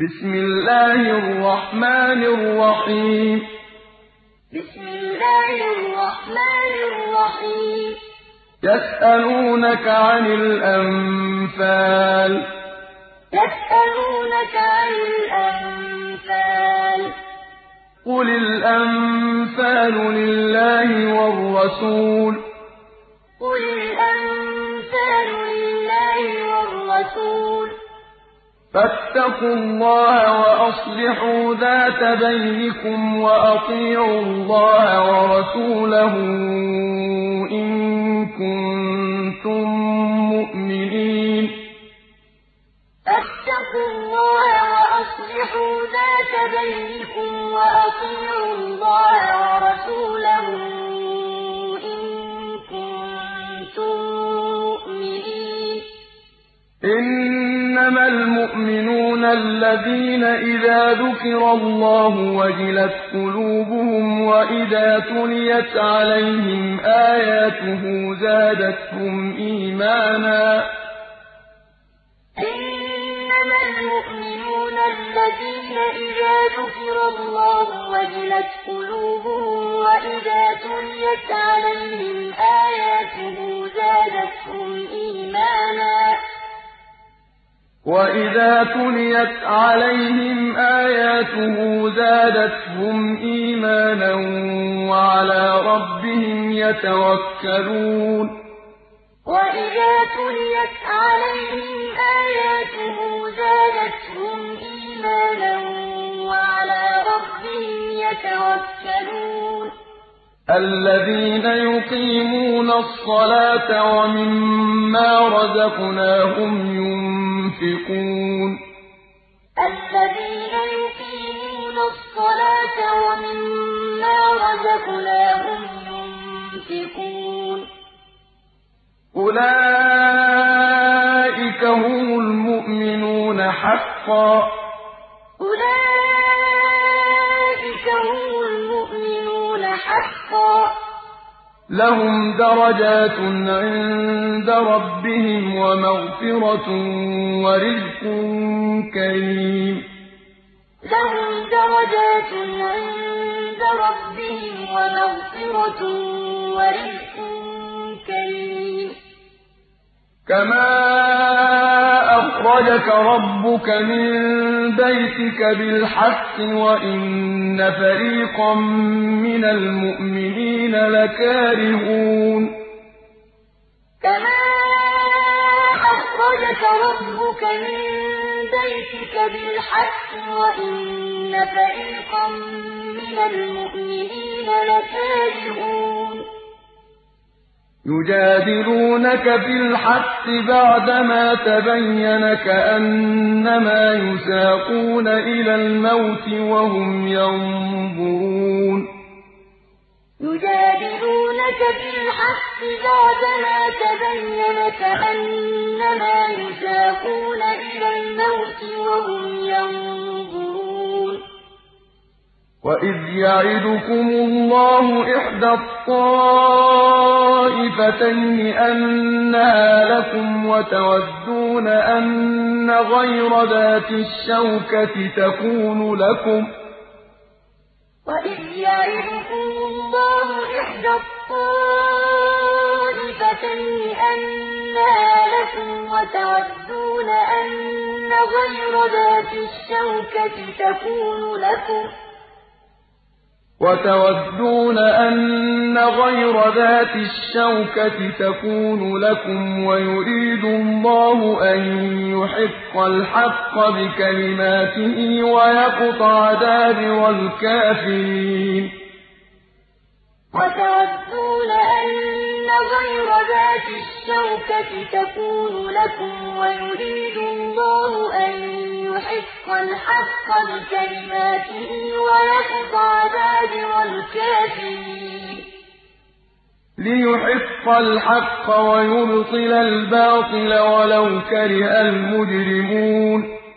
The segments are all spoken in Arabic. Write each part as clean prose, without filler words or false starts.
بسم الله الرحمن الرحيم بسم الله الرحمن الرحيم يسألونك عن الأنفال يسألونك عن الأنفال قل الأنفال لله والرسول قل الأنفال لله والرسول فاتقوا الله وأصلحوا ذات بينكم وأطيعوا الله ورسوله إن كنتم مؤمنين فاتقوا الله وأصلحوا ذات بينكم وأطيعوا الله ورسوله إن كنتم مؤمنين إنما المؤمنون الذين إذا ذكر الله وجلت قلوبهم وإذا تليت عليهم آياته زادتهم إيمانا إنما المؤمنون الذين إذا ذكر الله وجلت قلوبهم وإذا تليت عليهم آياته زادتهم إيمانا وَإِذَا تُلِيَتْ عَلَيْهِمْ آيَاتُهُ زَادَتْهُمْ إِيمَانًا وَعَلَىٰ رَبِّهِمْ يَتَوَكَّلُونَ وَإِذَا تُلِيَتْ عَلَيْهِمْ آيَاتُهُ زَادَتْهُمْ إِيمَانًا وَعَلَىٰ رَبِّهِمْ يَتَوَكَّلُونَ الَّذِينَ يُقِيمُونَ الصَّلَاةَ وَمِمَّا رَزَقْنَاهُمْ يُنفِقُونَ الَّذِينَ يُقِيمُونَ الصَّلَاةَ وَمِمَّا رَزَقْنَاهُمْ يُنفِقُونَ أُولَٰئِكَ هُمُ الْمُؤْمِنُونَ حَقًّا أُولَٰئِكَ هُمُ الْمُؤْمِنُونَ حَقًّا لهم درجات عند ربهم ومغفرة ورزق كريم لهم درجات عند ربهم ومغفرة ورزق كريم كما أخرجك ربك من بيتك بالحق وإن فريقا من المؤمنين لكارهون كما أخرجك ربك من بيتك بالحق وإن فريقا من المؤمنين لكارهون يجادلونك في الحق بعدما تبين كأنما يساقون إلى الموت وهم ينظرون يجادلونك في الحق بعدما تبين كأنما يساقون إلى الموت وهم ينظرون وإذ يعدكم الله إحدى الطائفتين أنها لكم وتودون أن غير ذات الشوكة تكون لكم وإذ يعدكم الله إحدى الطائفتين أنها لكم وتودون أن غير ذات الشوكة تكون لكم ويريد الله أن يحق الحق بكلماته ويقطع دابر الكافرين وتودون أن غير ذات الشوكة تكون لكم ويريد الله أن يحق الحق بكلماته ويقطع دابر الكافرين ليحق الحق ويبطل الباطل ولو كره المجرمون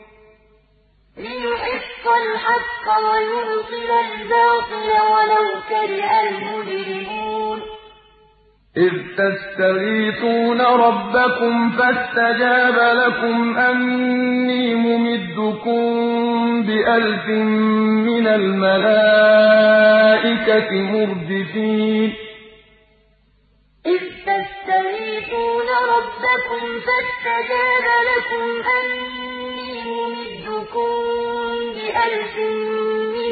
ليحق الحق ويبطل الباطل ولو كره المجرمون إذ تستغيثون ربكم فاستجاب لكم أني ممدكم ب1000 من الملائكة مردفين إذ تستغيثون ربكم فاستجاب لكم أني ممدكم ب1000 من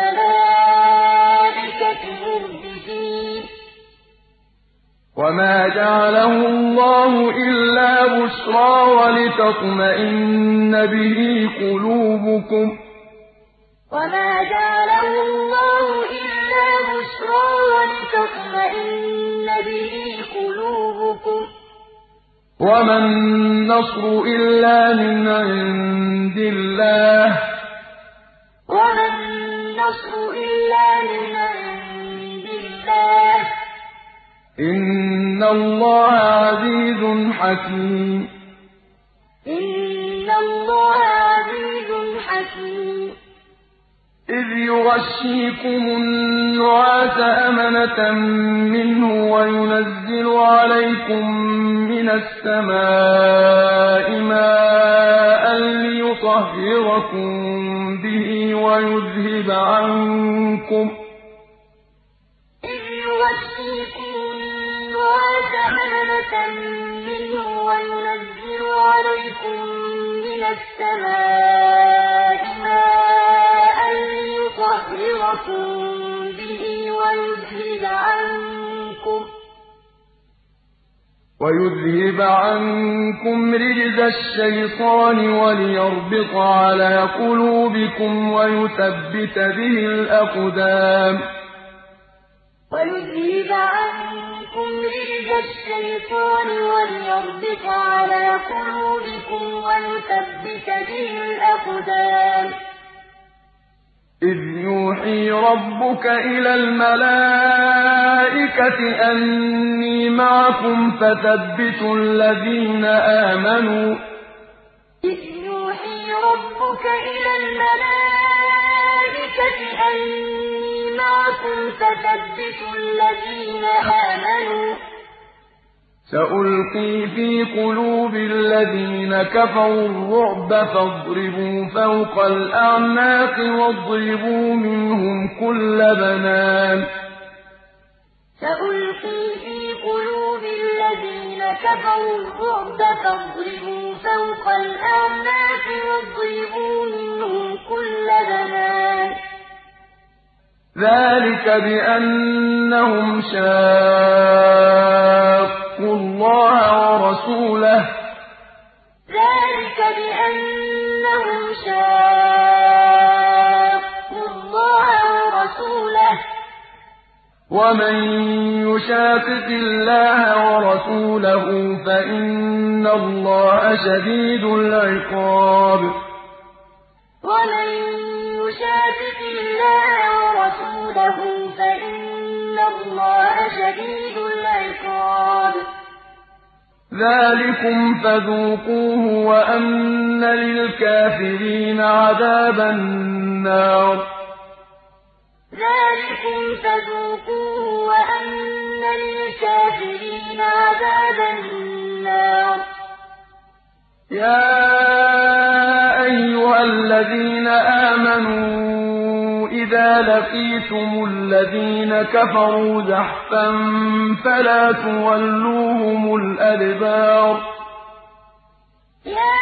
الملائكة مردفين وما جعله الله إلا بشرى ولتطمئن به قلوبكم وما جعله الله إلا بشرى ولتطمئن به قلوبكم وما النصر إلا من عند الله وما النصر إلا من عند الله إن الله عزيز حكيم إن الله عزيز حكيم إذ يغشيكم النعاس أمنة منه وينزل عليكم من السماء ماء ليطهركم به ويذهب عنكم إذ يغشيكم النعاس أمنة منه وينزل عليكم من السماء ماء ليطهركم به ويذهب عنكم رجز الشيطان وليربط على قلوبكم ويثبت به الأقدام ويذهب عنكم رجز الشيطان وليربط على قلوبكم ويثبت به الأقدام إذ يوحي ربك إلى الملائكة أني معكم فثبتوا الذين آمنوا إذ يوحي ربك إلى الملائكة أني معكم فثبتوا الذين آمنوا سألقي في قلوب الذين كفروا الرعب فاضربوا فوق الأعناق واضربوا منهم كل بنان سألقي في قلوب الذين كفروا الرعب فاضربوا فوق الأعناق واضربوا منهم كل بنان ذلك بأنهم شاقوا الله ورسوله ذلك بأنهم شاقوا الله ورسوله ومن يشاقق الله ورسوله فإن الله شديد العقاب ومن يشاقق الله ورسوله فإن الله شديد العقاب ذلكم فذوقوه وأن للكافرين عذاب النار ذلكم فذوقوه وأن للكافرين عذاب النار يا أيها الذين آمنوا إذا لقيتم الذين كفروا زحفا فلا تولوهم الأدبار يا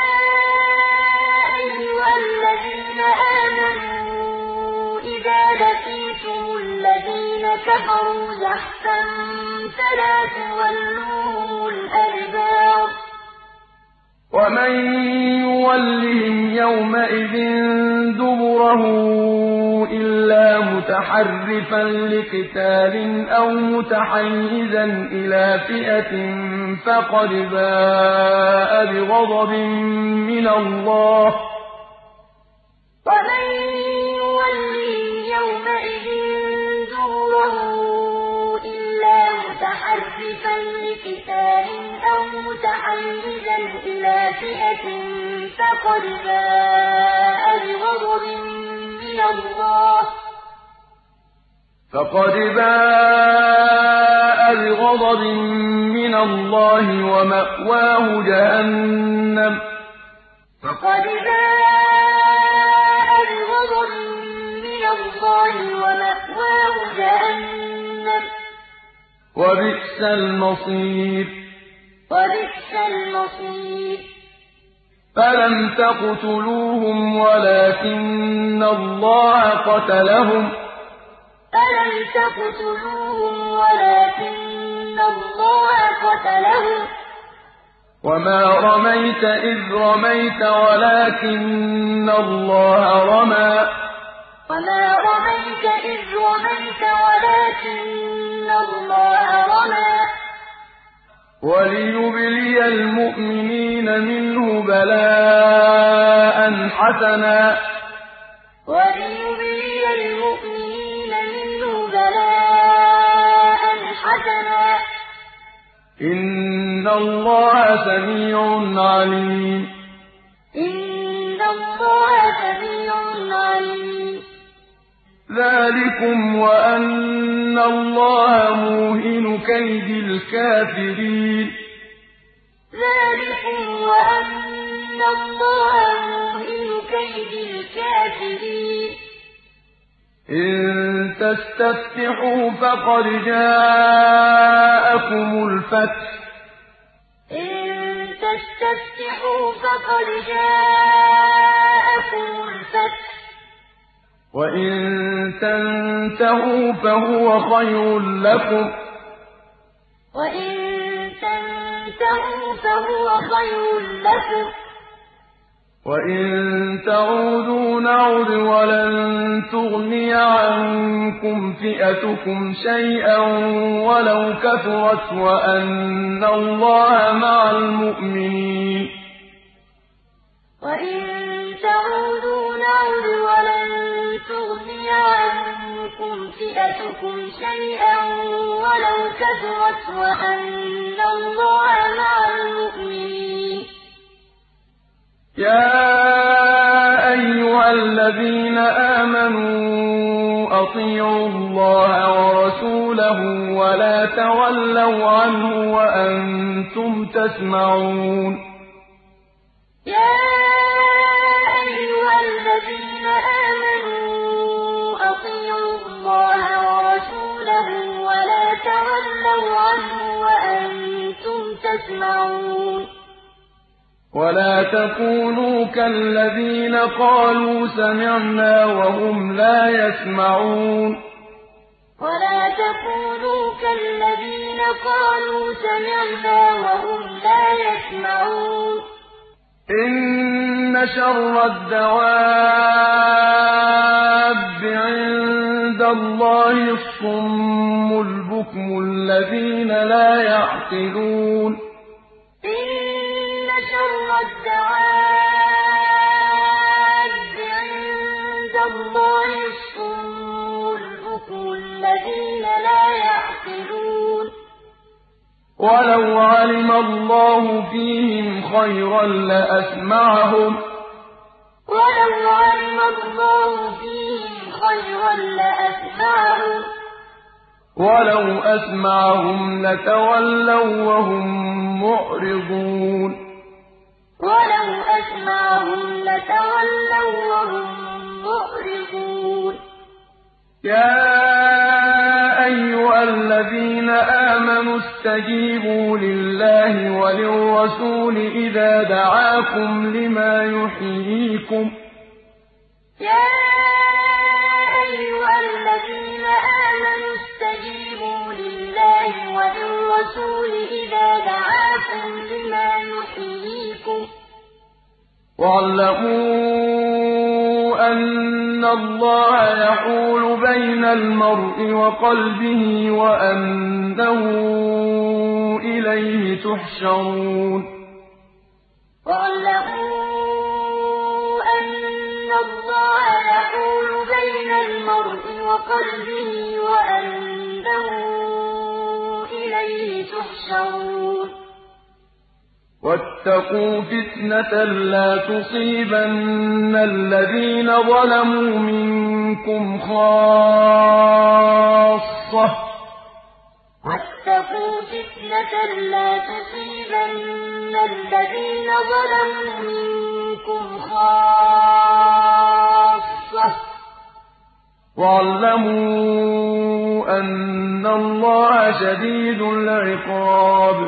أيها الذين آمنوا إذا لقيتم الذين كفروا زحفا فلا تولوهم الأدبار ومن يولهم يومئذ دبره إلا متحرفا لقتال أو متحيزا إلى فئة فقد باء بغضب من الله ومن يولهم يومئذ دبره إلا متحرفا لقتال أو متحيزا إلى فئة فقد باء بغضب من الله فقد باء بغضب من الله ومأواه جهنم فقد باء بغضب من الله ومأواه جهنم وبئس المصير وبئس المصير فلم تقتلوهم ولكن الله قتلهم وما رميت إذ رميت ولكن الله رمى وليبلي المؤمنين منه بلاء حسنا إن الله سميع عليم ذلكم وأن الله موهن كيد الكافرين إن تستفتحوا فقد جاءكم الفتح وإن تنتهوا فهو خير لكم وإن تعودوا نعد ولن تغني عنكم فئتكم شيئا ولو كثرت وأن الله مع المؤمنين يا أيها الذين آمنوا أطيعوا الله ورسوله ولا تولوا عنه وأنتم تسمعون ولا تكونوا كالذين قالوا سمعنا وهم لا يسمعون إن شر الدواب عند الله الصم البكم الذين لا يعقلون ولو علم الله فيهم خيرا لأسمعهم ولو أسمعهم لتولوا وهم معرضون يا أيها الذين آمنوا استجيبوا لله وللرسول إذا دعاكم لما يحييكم واعلموا أن الله يحول بين المرء وقلبه وأنه إليه تحشرون واتقوا فتنة لا تصيبن الذين ظلموا منكم خاصة واتقوا فتنة لا تصيبن الذين ظلموا منكم خاصة واعلموا أن الله شديد العقاب.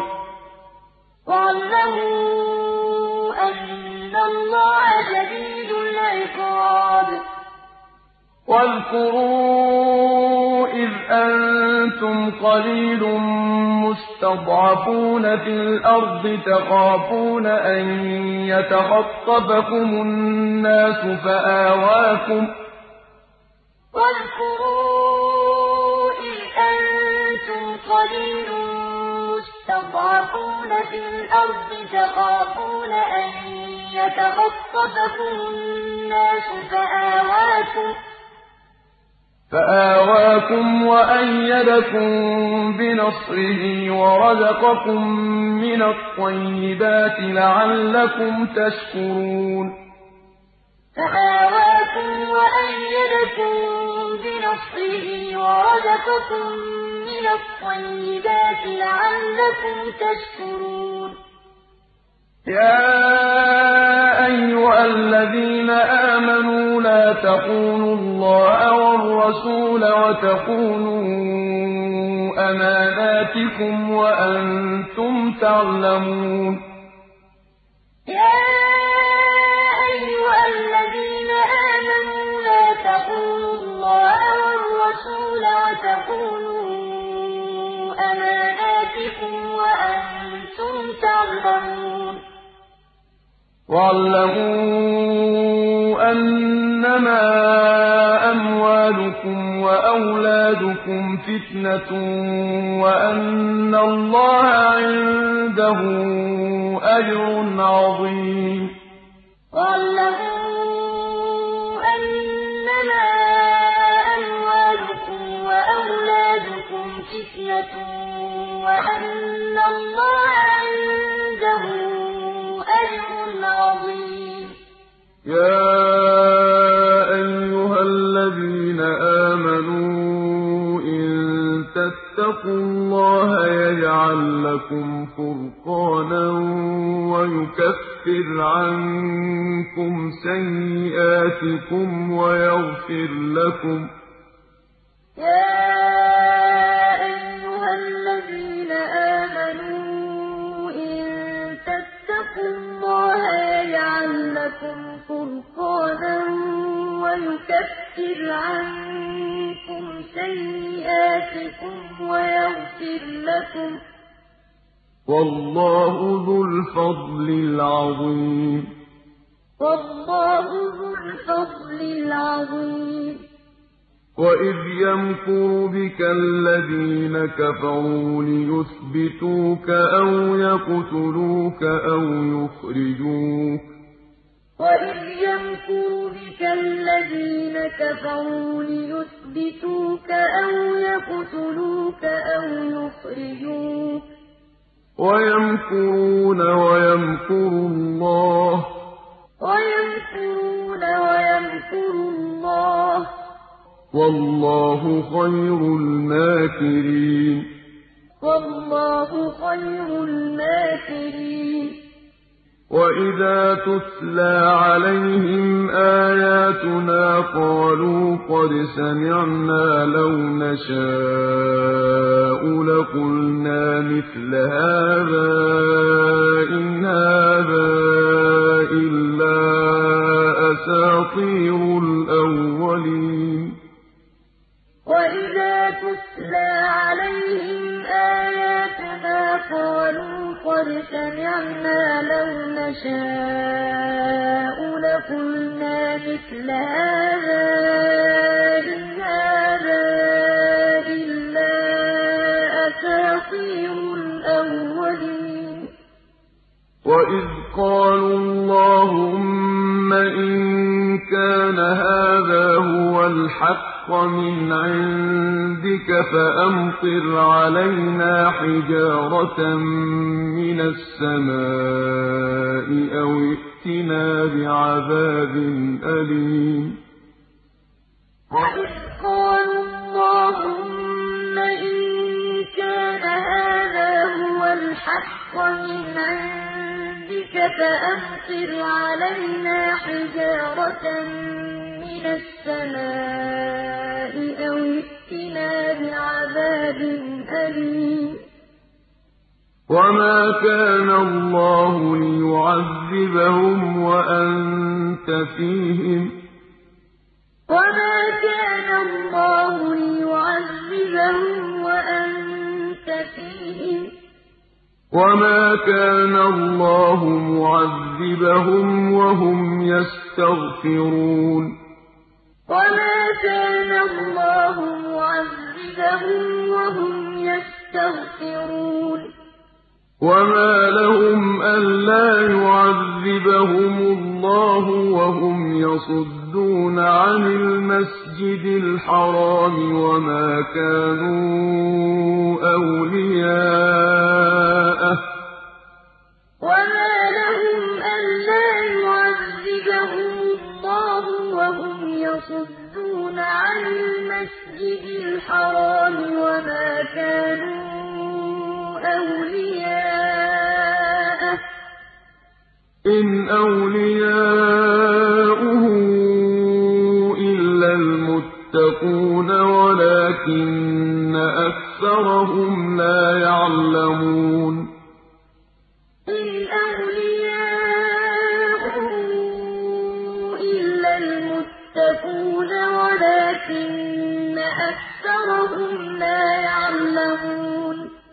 واعلموا أن الله شديد العقاب. واذكروا إذ أنتم قليل مستضعفون في الأرض تخافون أن يتخطفكم الناس واذكروا إذ أنتم قليل مستضعفون في الأرض تخافون أن يتخطفكم الناس فآواكم وأيدكم بنصره ورزقكم من الطيبات لعلكم تشكرون. فآواكم وأيدكم بنصره ورزقكم من الطيبات لعلكم تشكرون. يا أيها الذين آمنوا لا تخونوا الله والرسول وتخونوا أماناتكم وأنتم تعلمون. يا أيها الذين آمنوا لا تخونوا الله والرسول وتخونوا أماناتكم وأنتم تعلمون. واعلموا أنما أموالكم وأولادكم فتنة وأن الله عنده أجر عظيم. واعلموا أنما أموالكم وأولادكم فتنة وأن الله عنده أجر عظيم. يا أيها الذين آمنوا إن تتقوا الله يجعل لكم فرقانا ويكفر عنكم سيئاتكم ويغفر لكم. يا أيها الذين آمنوا إن تتقوا الله يجعل لكم فرقانا ويكفر عنكم سيئاتكم ويغفر لكم. والله ذو الفضل العظيم. والله ذو الفضل العظيم. وإذ يمكر بك الذين كفروا ليثبتوك أو يقتلوك أو يخرجوك. وإذ يمكر بك الذين كفروا ليثبتوك أو يقتلوك أو يخرجوك. ويمكرون ويمكر الله. ويمكرون ويمكر الله. والله خير الماكرين. والله خير الماكرين. وإذا تتلى عليهم آياتنا قالوا قد سمعنا لو نشاء لقلنا مثل هذا إن هذا إلا أساطير الأولين. وإذا تتلى عليهم آياتنا قالوا قد سمعنا لو نشاء لقلنا مثل هذا إن هذا إلا أساطير الأولين. وإذ قالوا اللهم إن كان هذا هو الحق من عندك فأمطر علينا حجارة من السماء أو ائتنا بعذاب أليم. وإذ قالوا اللهم إن كان الْحَقَّ مِنْ عِندِكَ فَأَمْطِرْ عَلَيْنَا حِجَارَةً مِّنَ السَّمَاءِ أَوِ ائْتِنَا بِعَذَابٍ أَلِيمٍ وَمَا كَانَ اللَّهُ لِيُعَذِّبَهُمْ وَأَنتَ فِيهِمْ ۚ وَمَا كَانَ اللَّهُ لِيُعَذِّبَهُمْ وَأَنتَ فِيهِمْ ۚ وَمَا كَانَ اللَّهُ مُعَذِّبَهُمْ وَهُمْ يَسْتَغْفِرُونَ وَمَا كَانَ اللَّهُ مُعَذِّبَهُمْ وَهُمْ يَسْتَغْفِرُونَ وَمَا لَهُمْ أَلَّا يُعَذِّبَهُمُ اللَّهُ وَهُمْ يَصُدُّونَ عَنِ الْمَسْجِدِ الْحَرَامِ وَمَا كَانُوا أَوْلِيَاءَهُ ۚ وَمَا لَهُمْ أَلَّا يُعَذِّبَهُمُ اللَّهُ وَهُمْ يَصُدُّونَ عَنِ الْمَسْجِدِ الْحَرَامِ وَمَا كَانُوا أَوْلِيَاءَهُ ۚ إِنْ أَوْلِيَاؤُهُ إِلَّا الْمُتَّقُونَ وَلَٰكِنَّ أَكْثَرَهُمْ لَا يَعْلَمُونَ إِنْ أَوْلِيَاؤُهُ إِلَّا الْمُتَّقُونَ وَلَٰكِنَّ أَكْثَرَهُمْ لَا يَعْلَمُونَ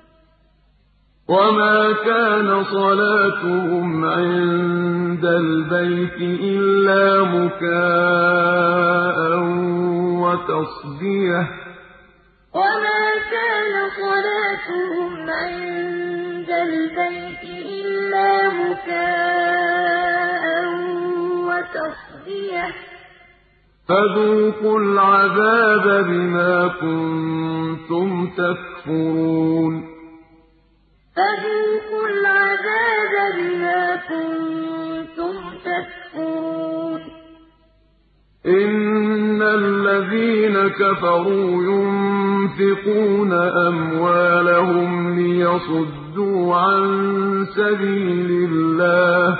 وَمَا كَانَ صَلَاتُهُمْ عِندَ الْبَيْتِ إِلَّا مُكَاءً وَتَصْدِيَةً ۚ وَمَا كَانَ صَلَاتُهُمْ عِندَ الْبَيْتِ إِلَّا مُكَاءً وَتَصْدِيَةً ۚ فَذُوقُوا الْعَذَابَ بِمَا كُنتُمْ تَكْفُرُونَ فَذُوقُوا الْعَذَابَ بِمَا كُنتُمْ تَكْفُرُونَ إِنَّ الَّذِينَ كَفَرُوا يُنفِقُونَ أَمْوَالَهُمْ لِيَصُدُّوا عَن سَبِيلِ اللَّهِ ۚ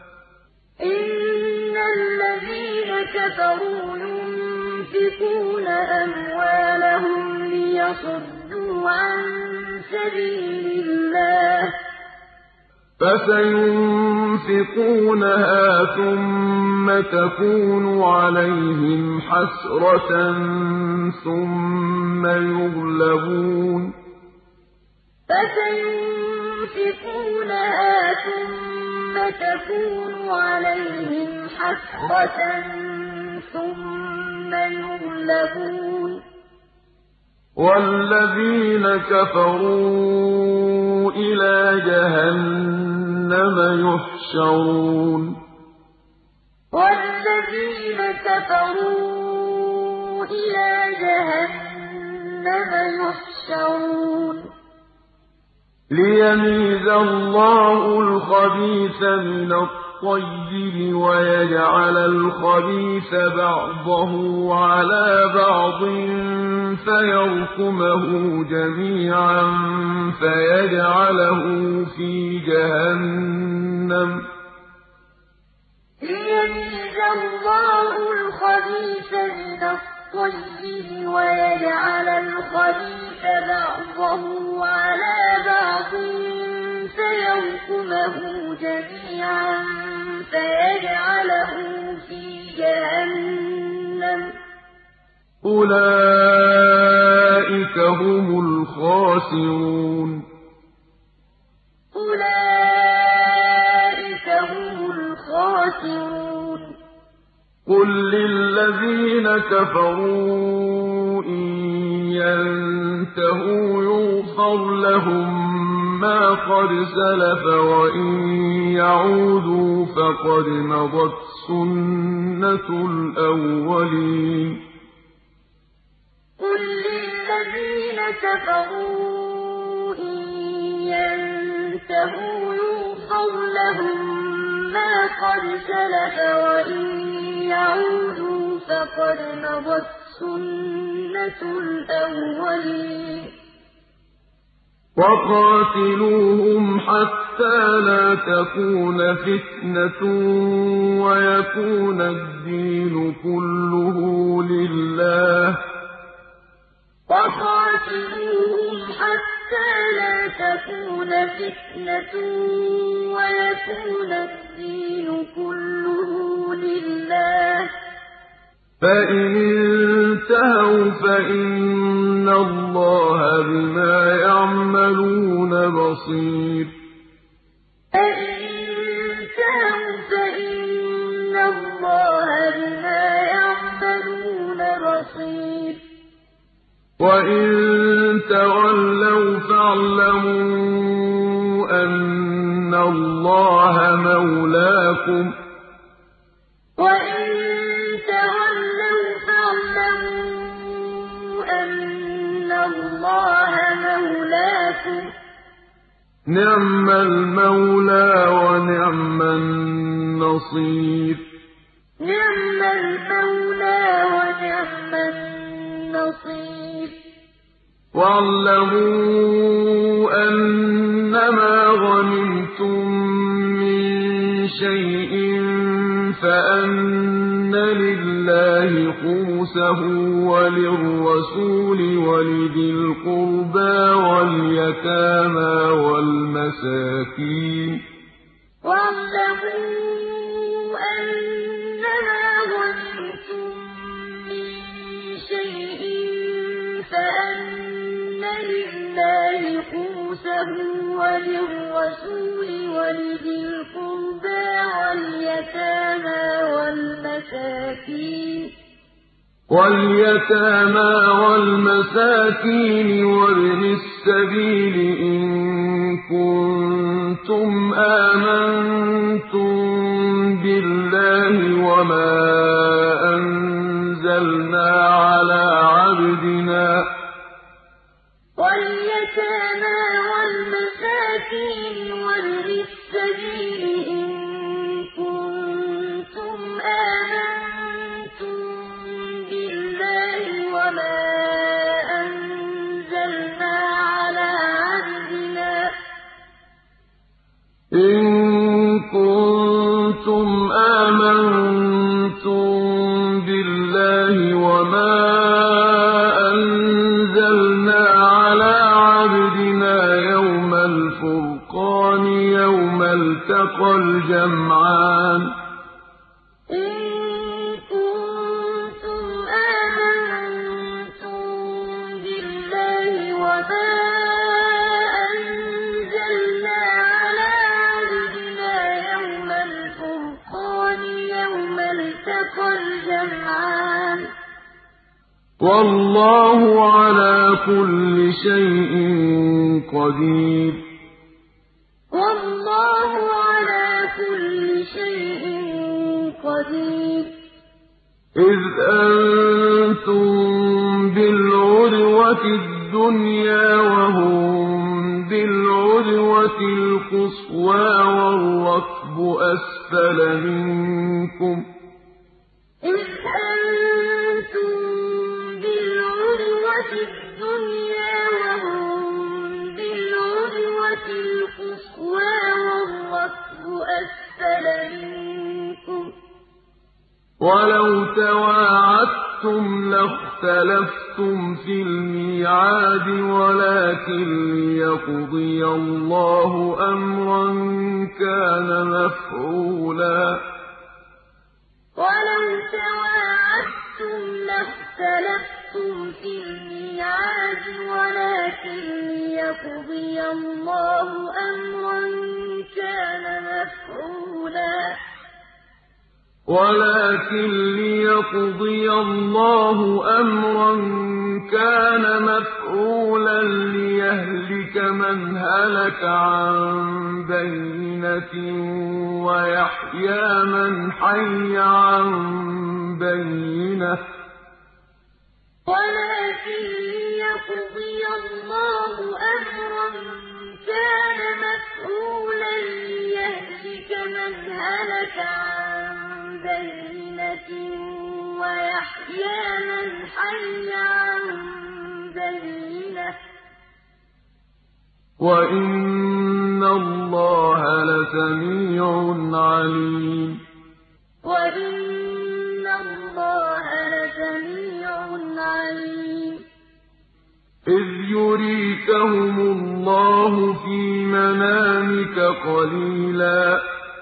إِنَّ الَّذِينَ كَفَرُوا يُنفِقُونَ أَمْوَالَهُمْ لِيَصُدُّوا عَن سَبِيلِ اللَّهِ ۚ فَسَيُنفِقُونَهَا ثُمَّ تَكُونُ عَلَيْهِمْ حَسْرَةً ثُمَّ يُغْلَبُونَ فَسَيُنفِقُونَهَا ثُمَّ تَكُونُ عَلَيْهِمْ حَسْرَةً ثُمَّ يُغْلَبُونَ وَالَّذِينَ كَفَرُوا إِلَىٰ جَهَنَّمَ يُحْشَرُونَ وَالَّذِينَ كَفَرُوا إِلَىٰ جَهَنَّمَ يُحْشَرُونَ لِيَمِيزَ اللَّهُ الْخَبِيثَ مِنَ الطَّيِّبِ وَيَجْعَلَ الْخَبِيثَ بَعْضَهُ عَلَىٰ بَعْضٍ فَيَرْكُمَهُ جَمِيعًا فَيَجْعَلَهُ فِي جَهَنَّمَ ۚ لِيَمِيزَ اللَّهُ الْخَبِيثَ مِنَ الطَّيِّبِ وَيَجْعَلَ الْخَبِيثَ بَعْضَهُ عَلَىٰ بَعْضٍ فَيَرْكُمَهُ جَمِيعًا فَيَجْعَلَهُ فِي جَهَنَّمَ ۚ أُولَٰئِكَ هُمُ الْخَاسِرُونَ أُولَٰئِكَ هُمُ الْخَاسِرُونَ قُل لِّلَّذِينَ كَفَرُوا إِن يَنتَهُوا يُغْفَرْ لَهُم مَّا قَدْ سَلَفَ وَإِن يَعُودُوا فَقَدْ مَضَتْ سُنَّتُ الْأَوَّلِينَ قُل لِّلَّذِينَ كَفَرُوا إِن يَنتَهُوا يُغْفَرْ لَهُم مَّا قَدْ سَلَفَ وَإِن يَعُودُوا فَقَدْ مَضَتْ سُنَّتُ الْأَوَّلِينَ وقاتلوهم حتى لا تكون فتنة ويكون الدين كله لله. وقاتلوهم حتى لا تكون فتنة ويكون الدين كله لله. فإن انتهوا فإن الله بما يعملون بصير. فإن انتهوا فإن الله بما يعملون بصير. وإن تولوا فاعلموا أن الله مولاكم. وإن تولوا فاعلموا أن الله مولاكم. نعم المولى ونعم النصير. نعم المولى ونعم النصير. واعلموا أنما غنمتم من شيء فأن لله خمسه وللرسول ولذي القربى واليتامى والمساكين. واعلموا أنما غنمتم من شيء فأن لله خمسه وللرسول ولذي القربى واليتامى والمساكين وابن السبيل إن كنتم آمنتم بالله وما أنزلنا على عبدنا. واليتامى والمساكين وابن السبيل إن كنتم آمنتم بالله وما أنزلنا على عبدنا. إن كنتم آمنتم بالله وما أنزلنا على عبدنا يوم الفرقان يوم التقى الجمعان. إن كنتم آمنتم بالله وما أنزلنا على عبدنا يوم الفرقان يوم التقى الجمعان. والله على كل شيء قدير. والله على كل شيء قدير. إذ أنتم بالعدوة الدنيا وهم بالعدوة القصوى والركب أسفل منكم. إذ أنتم بالعدوة الدنيا وهم بالعدوة القصوى والركب أسفل منكم. ولو تواعدتم لاختلفتم في الميعاد ولكن ليقضي الله أمرا كان مفعولا. ولو تواعدتم لاختلفتم في الميعاد ولكن ليقضي الله أمرا كان مفعولا. ولكن ليقضي الله أمرا كان مفعولا ليهلك من هلك عن بينة ويحيى من حي عن بينة. ولكن ليقضي الله أمرا كان مفعولا ليهلك من هلك عن بينة ويحيى من حي عن بينة. وَإِنَّ اللَّهَ لَسَمِيعٌ عَلِيمٌ وَإِنَّ اللَّهَ لَسَمِيعٌ عَلِيمٌ إِذْ يُرِيكَهُمُ اللَّهُ فِي مَنَامِكَ قَلِيلًا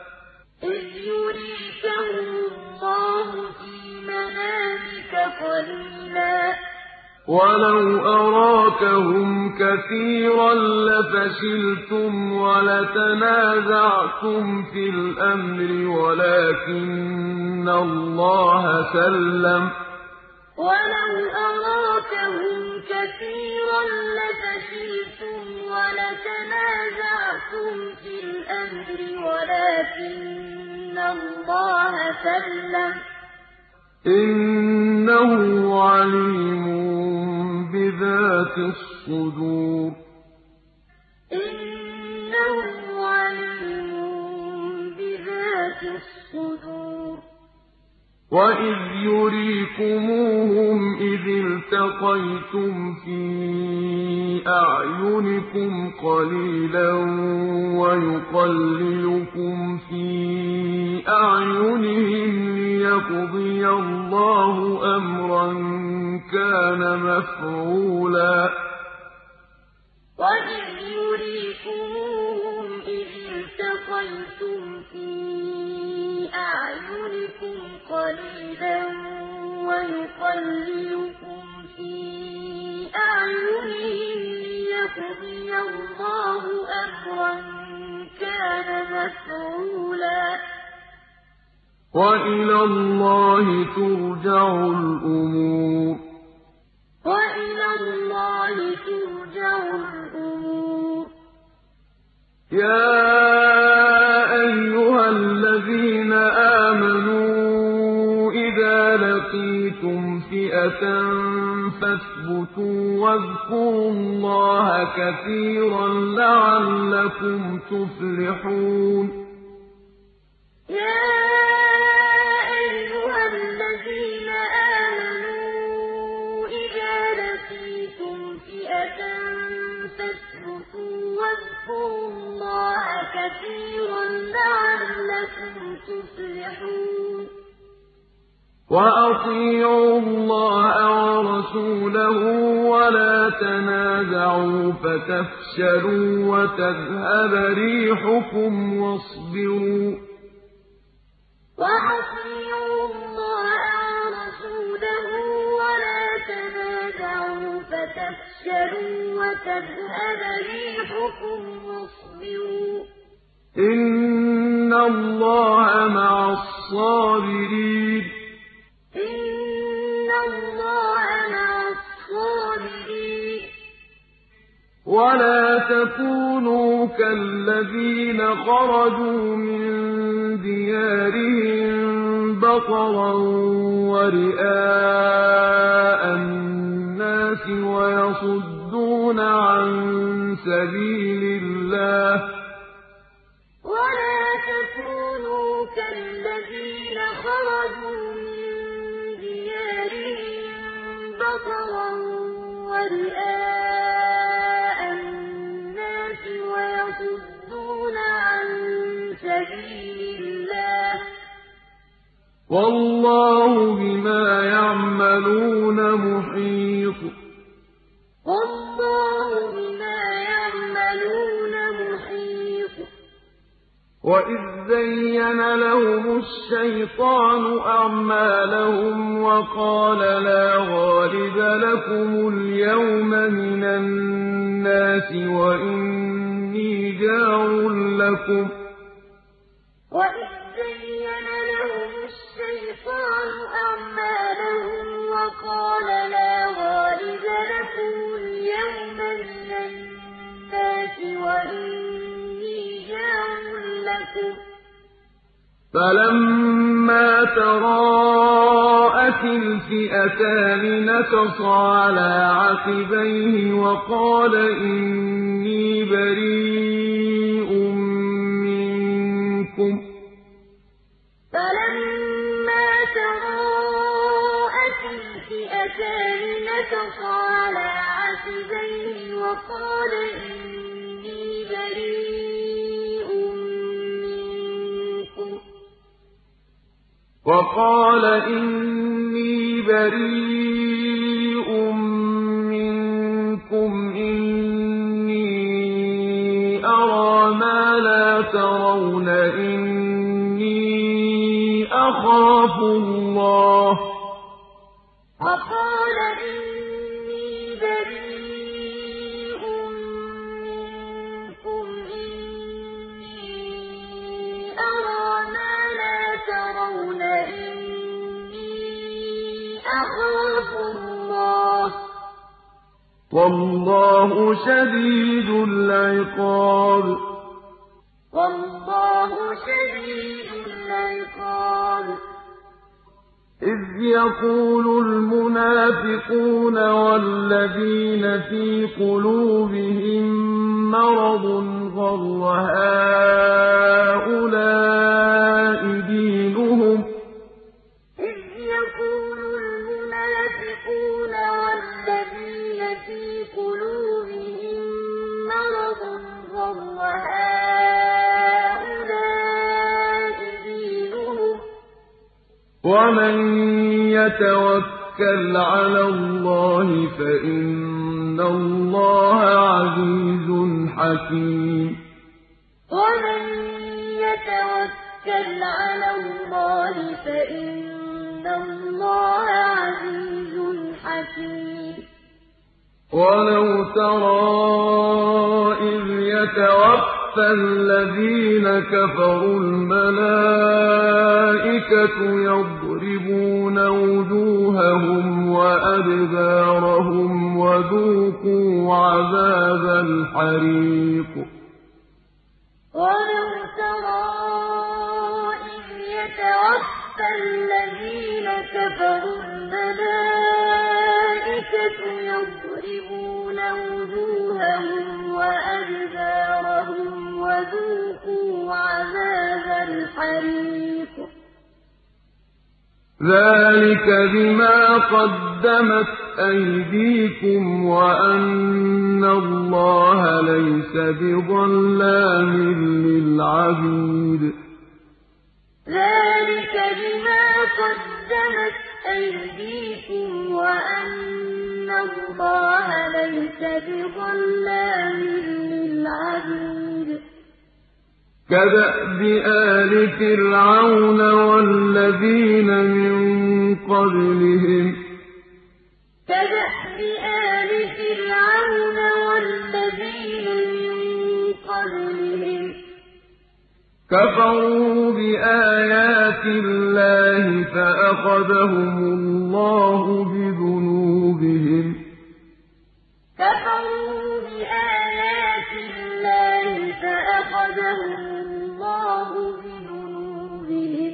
وَلَوْ أَرَاكَهُمْ كَثِيرًا لَّفَشِلْتُمْ وَلَتَنَازَعْتُمْ فِي الْأَمْرِ وَلَٰكِنَّ اللَّهَ سَلَّمَ ۗ وَلَوْ أَرَاكَهُمْ كَثِيرًا لَّفَشِلْتُمْ وَلَتَنَازَعْتُمْ فِي الْأَمْرِ وَلَٰكِنَّ اللَّهَ سَلَّمَ ۗ إِنَّهُ عَلِيمٌ بِذَاتِ الصُّدُورِ إِنَّهُ عَلِيمٌ بِذَاتِ الصُّدُورِ وَإِذْ يُرِيكُمُوهُمْ إِذِ الْتَقَيْتُمْ فِي أَعْيُنِكُمْ قَلِيلًا وَيُقَلِّلُكُمْ فِي أَعْيُنِهِمْ لِيَقْضِيَ اللَّهُ أَمْرًا كَانَ مَفْعُولًا وَإِذْ يُرِيكُمُوهُمْ إِذِ الْتَقَيْتُمْ فِي أَعْيُنِكُمْ قَلِيلًا وَيُقَلِّلُكُمْ فِي أَعْيُنِهِمْ لِيَقْضِيَ اللَّهُ أَمْرًا كَانَ مَفْعُولًا وَإِلَى اللَّهِ تُرْجَعُ الْأُمُورُ وَإِلَى اللَّهِ تُرْجَعُ الْأُمُورُ يَا أَيُّهَا الَّذِينَ آمَنُوا إِذَا لَقِيتُمْ فِئَةً فَاثْبُتُوا وَاذْكُرُوا اللَّهَ كَثِيرًا لَّعَلَّكُمْ تُفْلِحُونَ واذكروا الله كثيرا لعلكم تفلحون وَأَطِيعُوا اللَّهَ وَرَسُولَهُ وَلَا تَنَازَعُوا فَتَفْشَلُوا وَتَذْهَبَ رِيحُكُمْ وَاصْبِرُوا وَأَطِيعُوا اللَّهَ وَرَسُولَهُ وَلَا تَنَازَعُوا فَتَفْشَلُوا وَتَذْهَبَ رِيحُكُمْ وَاصْبِرُوا إِنَّ اللَّهَ مَعَ الصَّابِرِينَ إِنَّ اللَّهَ مَعَ الصَّابِرِينَ وَلَا تَكُونُوا كَالَّذِينَ خَرَجُوا مِن دِيَارِهِم بَطَرًا وَرِئَاءَ النَّاسِ وَيَصُدُّونَ عَن سَبِيلِ اللَّهِ ۚ وَلَا تَكُونُوا كَالَّذِينَ خَرَجُوا مِن دِيَارِهِم بَطَرًا وَرِئَاءَ النَّاسِ وَيَصُدُّونَ عَن سَبِيلِ اللَّهِ ۚ وَاللَّهُ بِمَا يَعْمَلُونَ مُحِيطٌ وَاللَّهُ بِمَا يَعْمَلُونَ مُحِيطٌ وَإِذ زَّيَّنَ لَهُمُ الشَّيْطَانُ أَعْمَالَهُمْ وَقَالَ لَا غَالِبَ لَكُمُ الْيَوْمَ مِنَ النَّاسِ وَإِنِّي جَارٌ لَّكُمْ ۖ وَإِذ زَّيَّنَ لَهُمُ الشَّيْطَانُ أَعْمَالَهُمْ وَقَالَ لَا غَالِبَ لَكُمُ الْيَوْمَ مِنَ النَّاسِ وَإِنِّي جَارٌ لَّكُمْ ۖ فَلَمَّا تَرَاءَتِ الْفِئَتَانِ نَكَصَ عَلَىٰ عَقِبَيْهِ وَقَالَ إِنِّي بَرِيءٌ مِّنكُمْ ۖ فَلَمَّا تَرَاءَتِ الْفِئَتَانِ نَكَصَ عَلَىٰ عَقِبَيْهِ وَقَالَ إِنِّي بريء منكم وقال إني بريء منكم إني أرى ما لا ترون إني أخاف الله وقال إني بريء منكم إني أرى ما لا ترون إني أخاف الله والله شديد العقاب والله شديد العقاب إذ يقول المنافقون والذين في قلوبهم مرض غر هؤلاء دينهم إذ يقول المنافقون والذين في قلوبهم مرض غر هؤلاء دينهم ومن يتوكل على الله فإن الله عزيز حكيم ومن يتوكل على الله فإن الله عزيز حكيم ولو ترى إذ يتوفى الذين كفروا الملائكة يضربون وجوههم وأدبارهم وذوقوا عذاب الحريق ولو ترى إذ يتوفى الذين كفروا الملائكة يضربون وجوههم وأدبارهم وذوقوا عذاب الحريق ذلك بما قدمت أيديكم وأن الله ليس بظلام للعبيد ذلك بما قدمت أيديكم وأن الله ليس بظلام للعبيد كدأب آل فرعون والذين من قبلهم كدأب آل فرعون والذين من قبلهم كفروا بآيات الله فأخذهم الله بذنوبهم كفروا بآيات الله فأخذهم الله بذنوبهم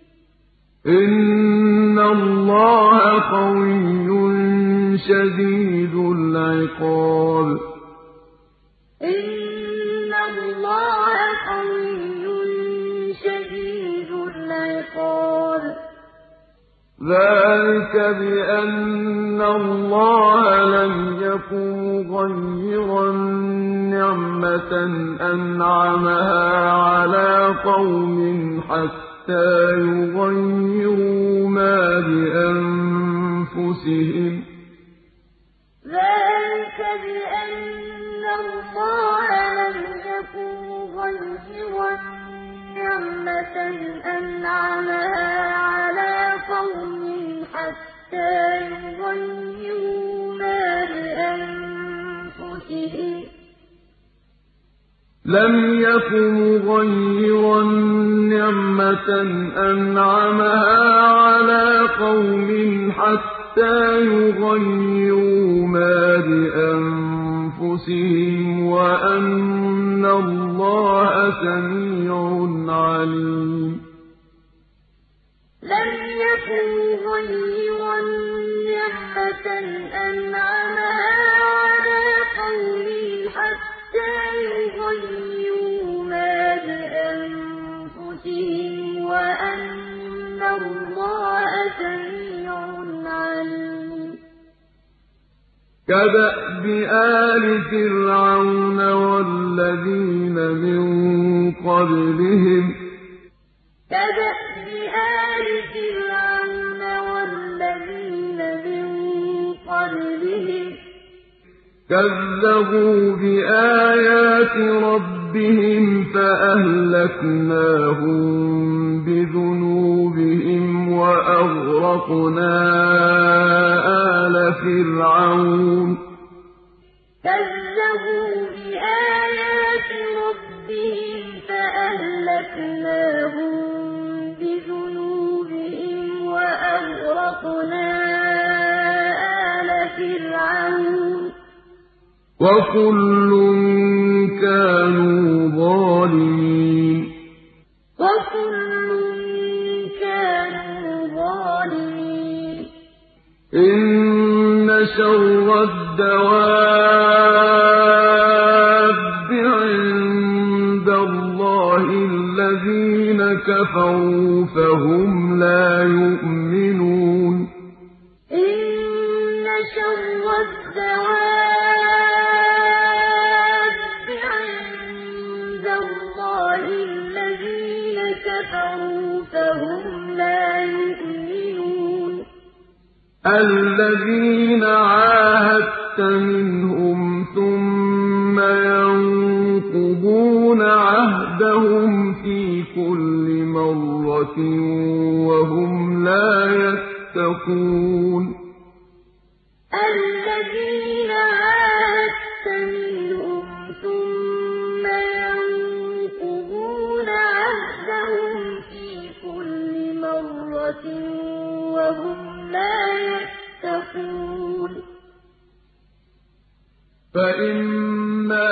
إن الله قوي شديد العقاب إن الله قوي شديد العقاب ذلك بأن الله لم يكن مغيرا نعمة أنعمها على قوم حتى يغيروا ما بأنفسهم ذلك بأن الله لم يكن مغيرا نعمة أنعمها على قوم حتى يغيروا ما بأنفسهم لم يكن مغيرا نعمة أنعمها على قوم حتى يغيروا ما بأنفسهم وأن الله سميع عليم لم يكن مغيرا نعمة أنعمها على قوم حتى يغيروا ما بأنفسهم وأن الله سميع عليم كدأب آل فرعون والذين من قبلهم كذبوا بآيات ربهم فأهلكناهم بذنوبهم وأغرقنا آل فرعون كذبوا بآيات ربهم فأهلكناهم بذنوبهم وأغرقنا آل فرعون وكل كانوا ظالمين إن شر الدواب عند الله الذين كفروا فهم لا يؤمنون إن شر الدواب عند الله الذين كفروا فهم لا يؤمنون الذين عاهدت منهم ثم ينقضون عهدهم في كل مرة وهم لا يتقون الذين عاهدت منهم ثم ينقضون عهدهم في كل مرة وهم لا يتقون فإما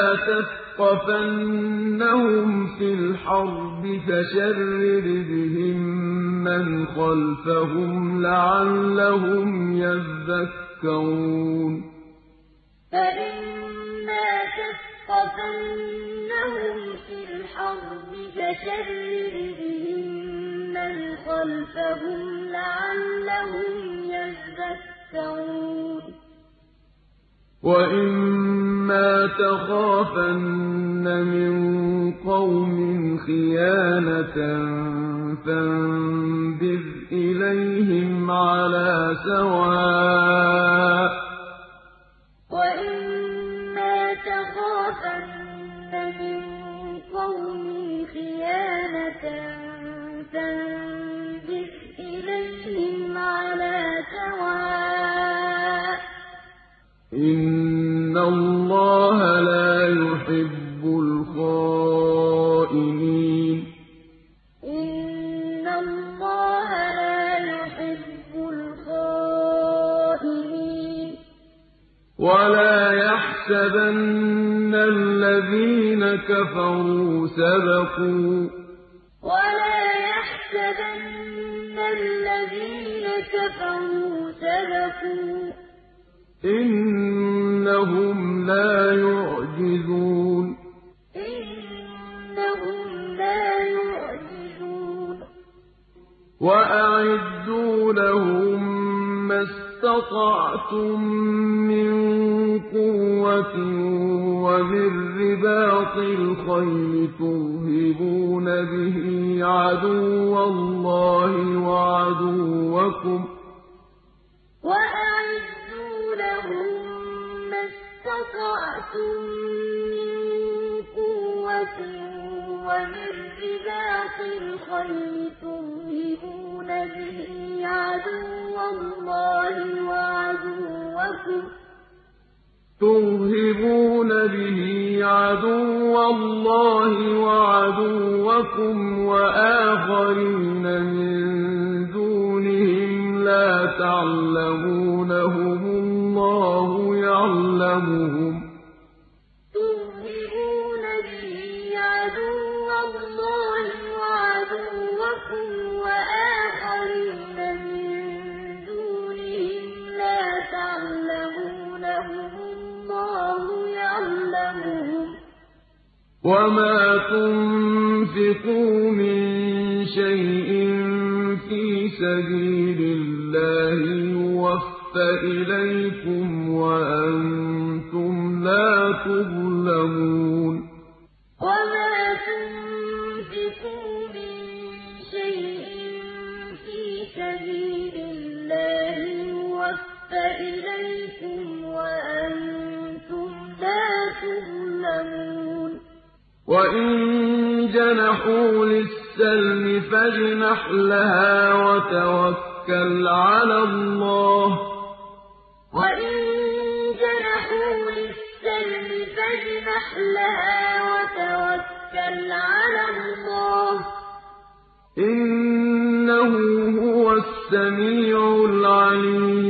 تثقفنهم في الحرب فشرر بهم من خلفهم لعلهم يذكرون فإما تثقفنهم في الحرب فشرر بهم من خلفهم لعلهم يذكرون وإما تخافن من قوم خيانة فانبذ إليهم على سواء وإما تخافن من قوم خيانة فانبذ إليهم على سواء إن الله لا يحب الخائنين إن الله لا يحب الخائنين ولا يحسبن الذين كفروا سبقوا ولا يحسبن الذين كفروا سبقوا إنهم لا يعجزون وأعدوا لهم ما استطعتم من قوة ومن رباط الخيل ترهبون به عدو الله وعدوكم لهم ما استطعتم من قوة ومن رباط الخيل ترهبون به عدو الله وعدوكم وآخرين من دونهم لا تعلمونهم الله يعلمهم ترهبون به عدو الله وعدوكم وآخرين من دونهم لا تعلمونهم الله يعلمهم وما تنفقوا من شيء في سبيل الله يوفى إليكم وأنتم لا تظلمون وما تنفقوا من شيء في سبيل الله يوفى إليكم وأنتم لا تظلمون وإن جنحوا للسلم فاجنح لها وتوكل على الله وإن جنحوا للسلم فاجنح لها وتوكل على الله إنه هو السميع العليم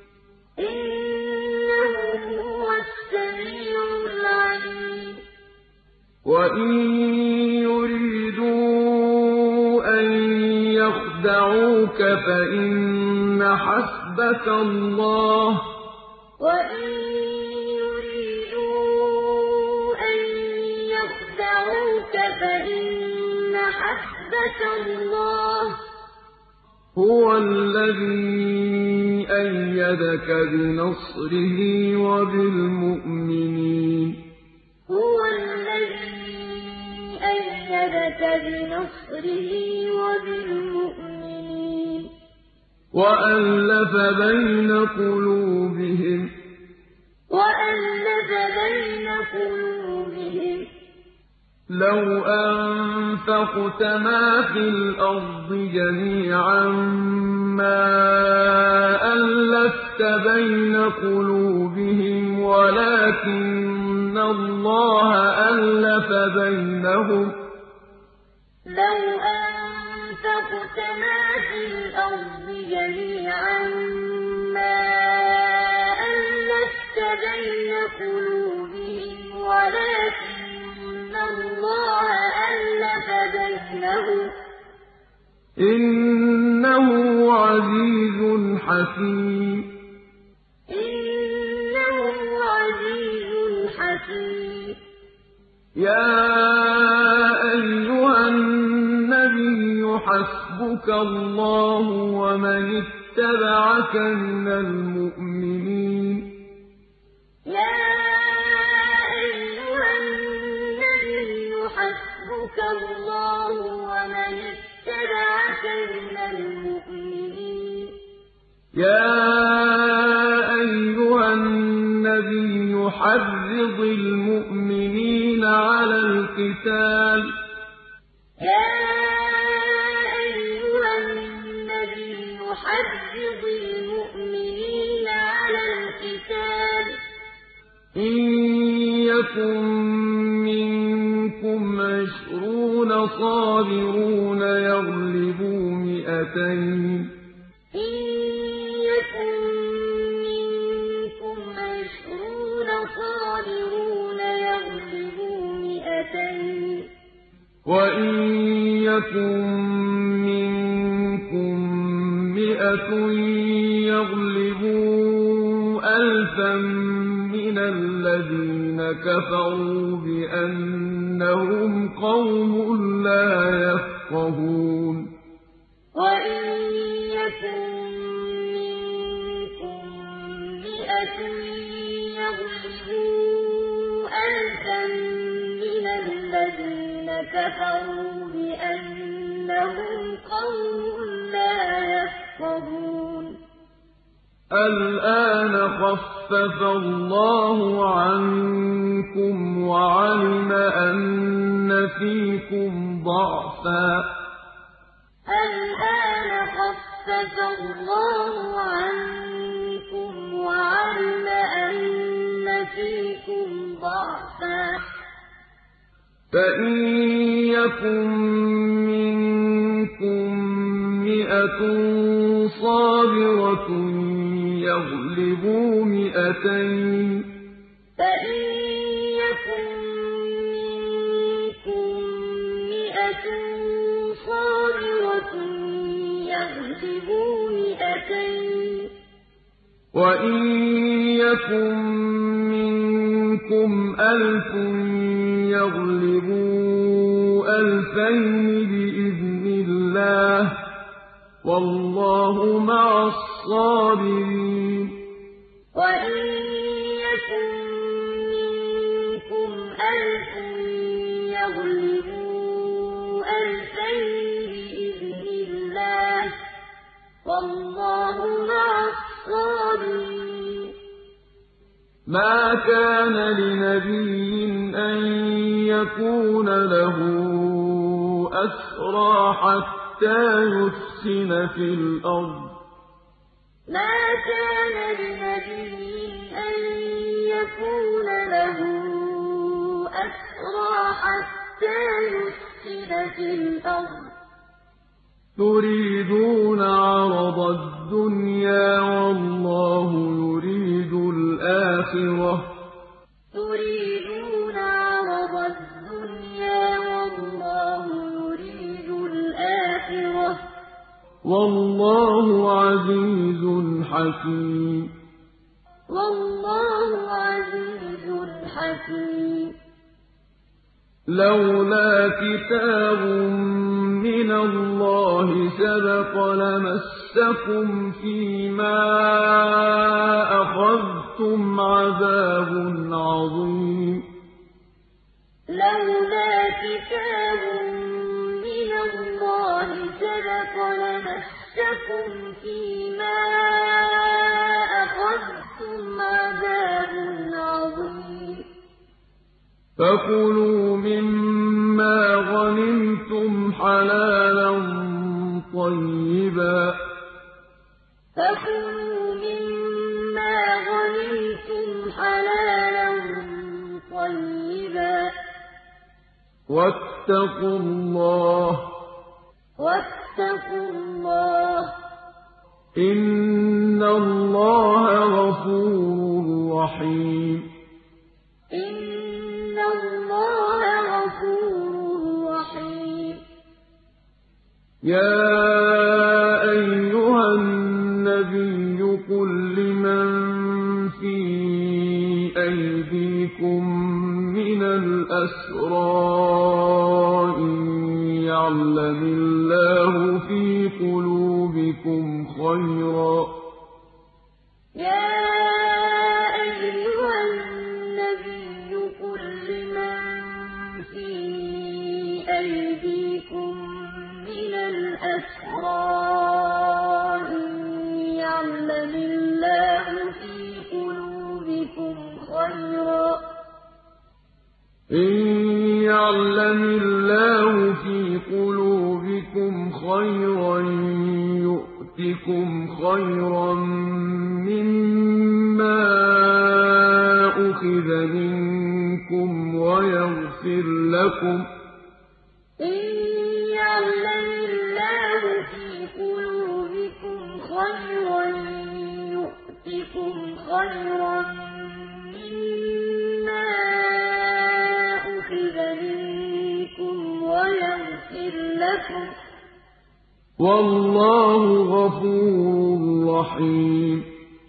إنه هو السميع العليم وإن يريدوا أن يخدعوك فإن حسبك الله وإن يريدوا أن يخدعوك فإن حسبك الله هو الذي أيدك بنصره وبالمؤمنين هو الذي أيدك بنصره وبالمؤمنين وألف بين قلوبهم لو أنفقت ما في الأرض جميعا ما ألفت بين قلوبهم ولكن الله ألف بينهم لو أنفقت ما في الأرض جميعا ما ألفت بين قلوبهم ولكن الله ألف بينهم إنه عزيز حكيم إنه عزيز حكيم يا أيها النبي حسبك الله ومن اتبعك من المؤمنين يا أيها النبي حسبك الله ومن اتبعك من المؤمنين يا أيها النبي حرض المؤمنين على القتال يا أيها النبي حرض المؤمنين على القتال إن يكن منكم 20 صابرون يغلبوا 200 إن يكن منكم 20 صابرون يغلبوا 200 وإن يكن منكم 100 يغلبوا 1000 من الذين كفروا بأنهم قوم لا يفقهون وإن يكن منكم 100 يغلبوا 1000 من الذين كفروا بأنهم قوم لا يفقهون الآن خفف الله عنكم وعلم أن فيكم ضعفا الآن خفف الله عنكم وعلم أن فيكم ضعفا فإن يكن منكم 100 صابرة يغلبوا 200 فإن يكن منكم 100 صابرة يغلبوا 200 وإن يكن منكم 1000 يغلبوا 2000 بإذن الله والله مع الصابرين الصَّابِرِينَ وَإِن يَكُن مِّنكُمْ أَلْفٌ يَغْلِبُوا أَلْفَيْنِ بِإِذْنِ اللَّهِ ۗ وَاللَّهُ مَعَ الصَّابِرِينَ مَا كَانَ لِنَبِيٍّ أَن يَكُونَ لَهُ أَسْرَىٰ حَتَّىٰ يُثْخِنَ فِي الْأَرْضِ ۚ مَا كَانَ لِنَبِيٍّ أَن يَكُونَ لَهُ أَسْرَىٰ حَتَّىٰ يُثْخِنَ فِي الْأَرْضِ ۚ تُرِيدُونَ عَرَضَ الدُّنْيَا وَاللَّهُ يُرِيدُ الْآخِرَةَ ۗ تُرِيدُونَ عَرَضَ الدُّنْيَا وَاللَّهُ يُرِيدُ الْآخِرَةَ ۗ وَاللَّهُ عَزِيزٌ حَكِيمٌ وَاللَّهُ عَزِيزٌ حَكِيمٌ لَّوْلَا كِتَابٌ مِّنَ اللَّهِ سَبَقَ لَمَسَّكُمْ فِيمَا أَخَذْتُمْ عَذَابٌ عَظِيمٌ لَّوْلَا كِتَابٌ مِّنَ اللَّهِ سَبَقَ لَمَسَّكُمْ فِيمَا أَخَذْتُمْ عَذَابٌ عَظِيمٌ فَكُلُوا مِمَّا غَنِمْتُمْ حَلَالًا طَيِّبًا وَاتَّقُوا اللَّهَ ۚ إِنَّ اللَّهَ غَفُورٌ رَّحِيمٌ إِنَّ اللَّهَ غَفُورٌ رَّحِيمٌ يَا أَيُّهَا النَّبِيُّ قُل لِّمَن فِي أَيْدِيكُم مِّنَ الْأَسْرَىٰ إِن يَعْلَمِ اللَّهُ فِي قُلُوبِكُمْ خَيْرًا يُؤْتِكُمْ خَيْرًا مِّمَّا أُخِذَ مِنكُمْ وَيَغْفِرْ لَكُمْ ۗ إِن يَعْلَمِ اللَّهُ فِي قُلُوبِكُمْ خَيْرًا يُؤْتِكُمْ خَيْرًا مِّمَّا أُخِذَ مِنكُمْ وَيَغْفِرْ لَكُمْ ۗ وَاللَّهُ غَفُورٌ رَّحِيمٌ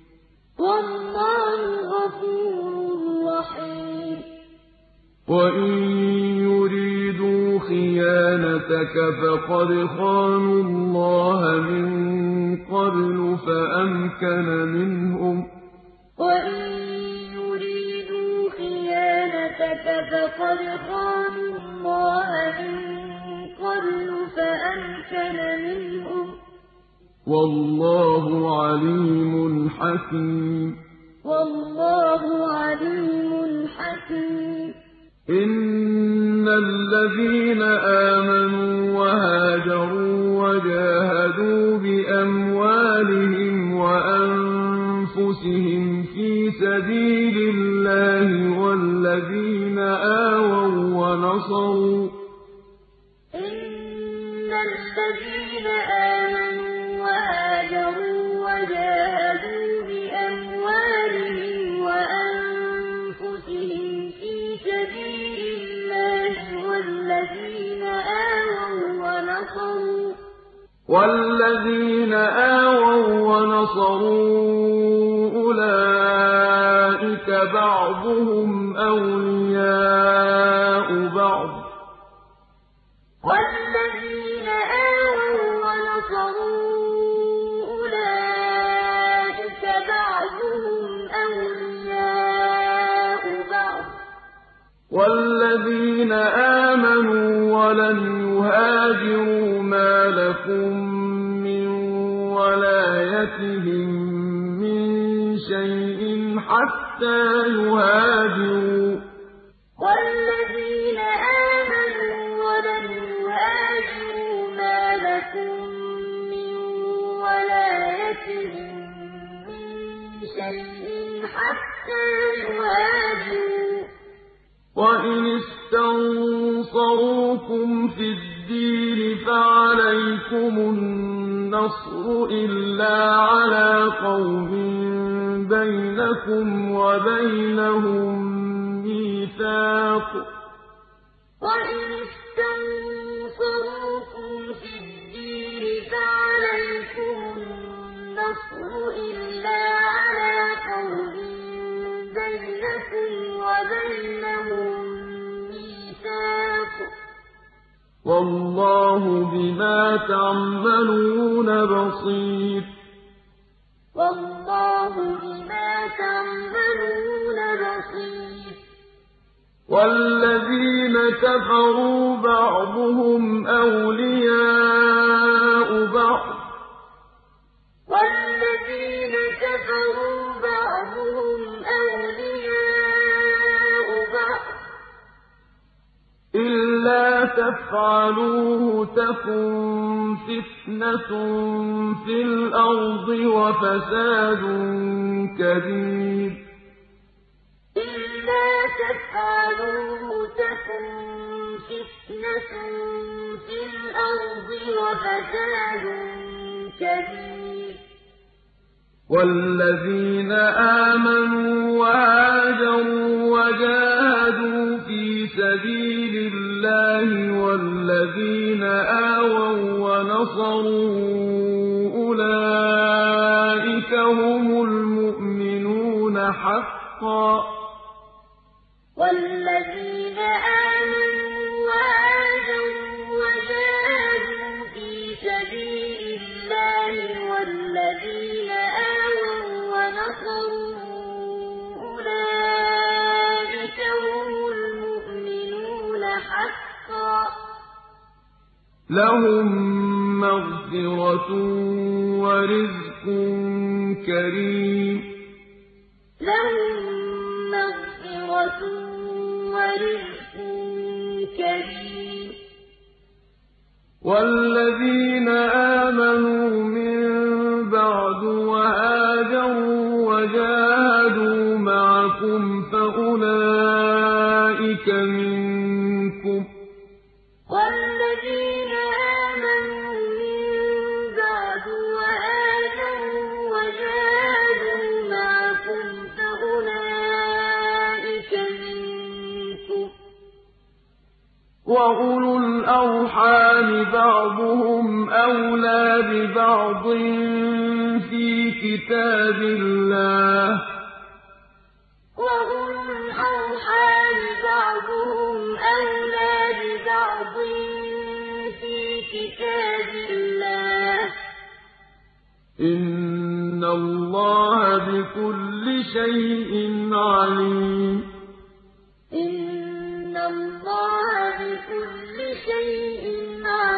وَإِن يُرِيدُوا خِيَانَتَكَ فَقَدْ خَانُوا اللَّهَ مِن قَبْلُ فَأَمْكَنَ مِنْهُمْ ۗ وَإِن يُرِيدُوا خِيَانَتَكَ فَقَدْ خَانُوا اللَّهَ مِن قَبْلُ فَأَمْكَنَ مِنْهُمْ ۗ وَاللَّهُ عَلِيمٌ حَكِيمٌ إِنَّ الَّذِينَ آمَنُوا وَهَاجَرُوا وَجَاهَدُوا بِأَمْوَالِهِمْ وَأَنفُسِهِمْ فِي سَبِيلِ اللَّهِ وَالَّذِينَ آوَوا وَّنَصَرُوا أُولَٰئِكَ بَعْضُهُمْ أَوْلِيَاءُ بَعْضٍ ۚ وَالَّذِينَ آوَوا وَّنَصَرُوا أُولَٰئِكَ وَالَّذِينَ آمَنُوا وَلَمْ يُهَاجِرُوا مَا لَكُم مِّن وَلَايَتِهِم مِّن شَيْءٍ حَتَّىٰ يُهَاجِرُوا ۚ وَالَّذِينَ آمَنُوا وَلَمْ يُهَاجِرُوا مَا لَكُم مِّن وَلَايَتِهِم مِّن شَيْءٍ حَتَّىٰ يُهَاجِرُوا ۚ وَإِنِ اسْتَنصَرُوكُمْ فِي الدِّينِ فَعَلَيْكُمُ النَّصْرُ إِلَّا عَلَىٰ قَوْمٍ بَيْنَكُمْ وَبَيْنَهُم مِّيثَاقٌ ۗ وَإِنِ اسْتَنصَرُوكُمْ فِي الدِّينِ فَعَلَيْكُمُ النَّصْرُ إِلَّا عَلَىٰ قَوْمٍ بَيْنَكُمْ وَبَيْنَهُم مِّيثَاقٌ ۗ وَاللَّهُ بِمَا تَعْمَلُونَ بَصِيرٌ وَاللَّهُ بِمَا تَعْمَلُونَ بَصِيرٌ وَالَّذِينَ كَفَرُوا بَعْضُهُمْ أَوْلِيَاءُ بَعْضٍ ۚ وَالَّذِينَ كَفَرُوا بَعْضُهُمْ أَوْلِيَاءُ بَعْضٍ ۚ إِلَّا تَفْعَلُوهُ تَكُن فِتْنَةٌ فِي الْأَرْضِ وَفَسَادٌ كَبِيرٌ إِلَّا تَفْعَلُوهُ تَكُن فِتْنَةٌ فِي الْأَرْضِ وَفَسَادٌ كَبِيرٌ وَالَّذِينَ آمَنُوا وَهَاجَرُوا وَجَاهَدُوا فِي سَبِيلِ اللَّهِ وَالَّذِينَ آوَوا وَّنَصَرُوا أُولَٰئِكَ هُمُ الْمُؤْمِنُونَ حَقًّا ۚ وَالَّذِينَ آمَنُوا وَهَاجَرُوا وَجَاهَدُوا فِي سَبِيلِ اللَّهِ وَالَّذِينَ آوَوا وَّنَصَرُوا أُولَٰئِكَ هُمُ الْمُؤْمِنُونَ حَقًّا ۚ لَّهُم مَّغْفِرَةٌ وَرِزْقٌ كَرِيمٌ لَّهُم مَّغْفِرَةٌ وَرِزْقٌ كَرِيمٌ وَالَّذِينَ آمَنُوا مِن بَعْدُ وَهَاجَرُوا وَجَاهَدُوا مَعَكُمْ فَأُولَٰئِكَ مِنكُمْ ۚ وَالَّذِينَ آمَنُوا مِن بَعْدُ وَهَاجَرُوا وَجَاهَدُوا مَعَكُمْ فَأُولَٰئِكَ مِنكُمْ ۚ وَأُولُو الْأَرْحَامِ بَعْضُهُمْ أَوْلَىٰ بِبَعْضٍ فِي كِتَابِ اللَّهِ ۗ وَأُولُو الْأَرْحَامِ بَعْضُهُمْ أَوْلَىٰ بِبَعْضٍ فِي كِتَابِ اللَّهِ ۗ إِنَّ اللَّهَ بِكُلِّ شَيْءٍ عَلِيمٌ إِنَّ اللَّهَ بِكُلِّ شَيْءٍ عَلِيمٌ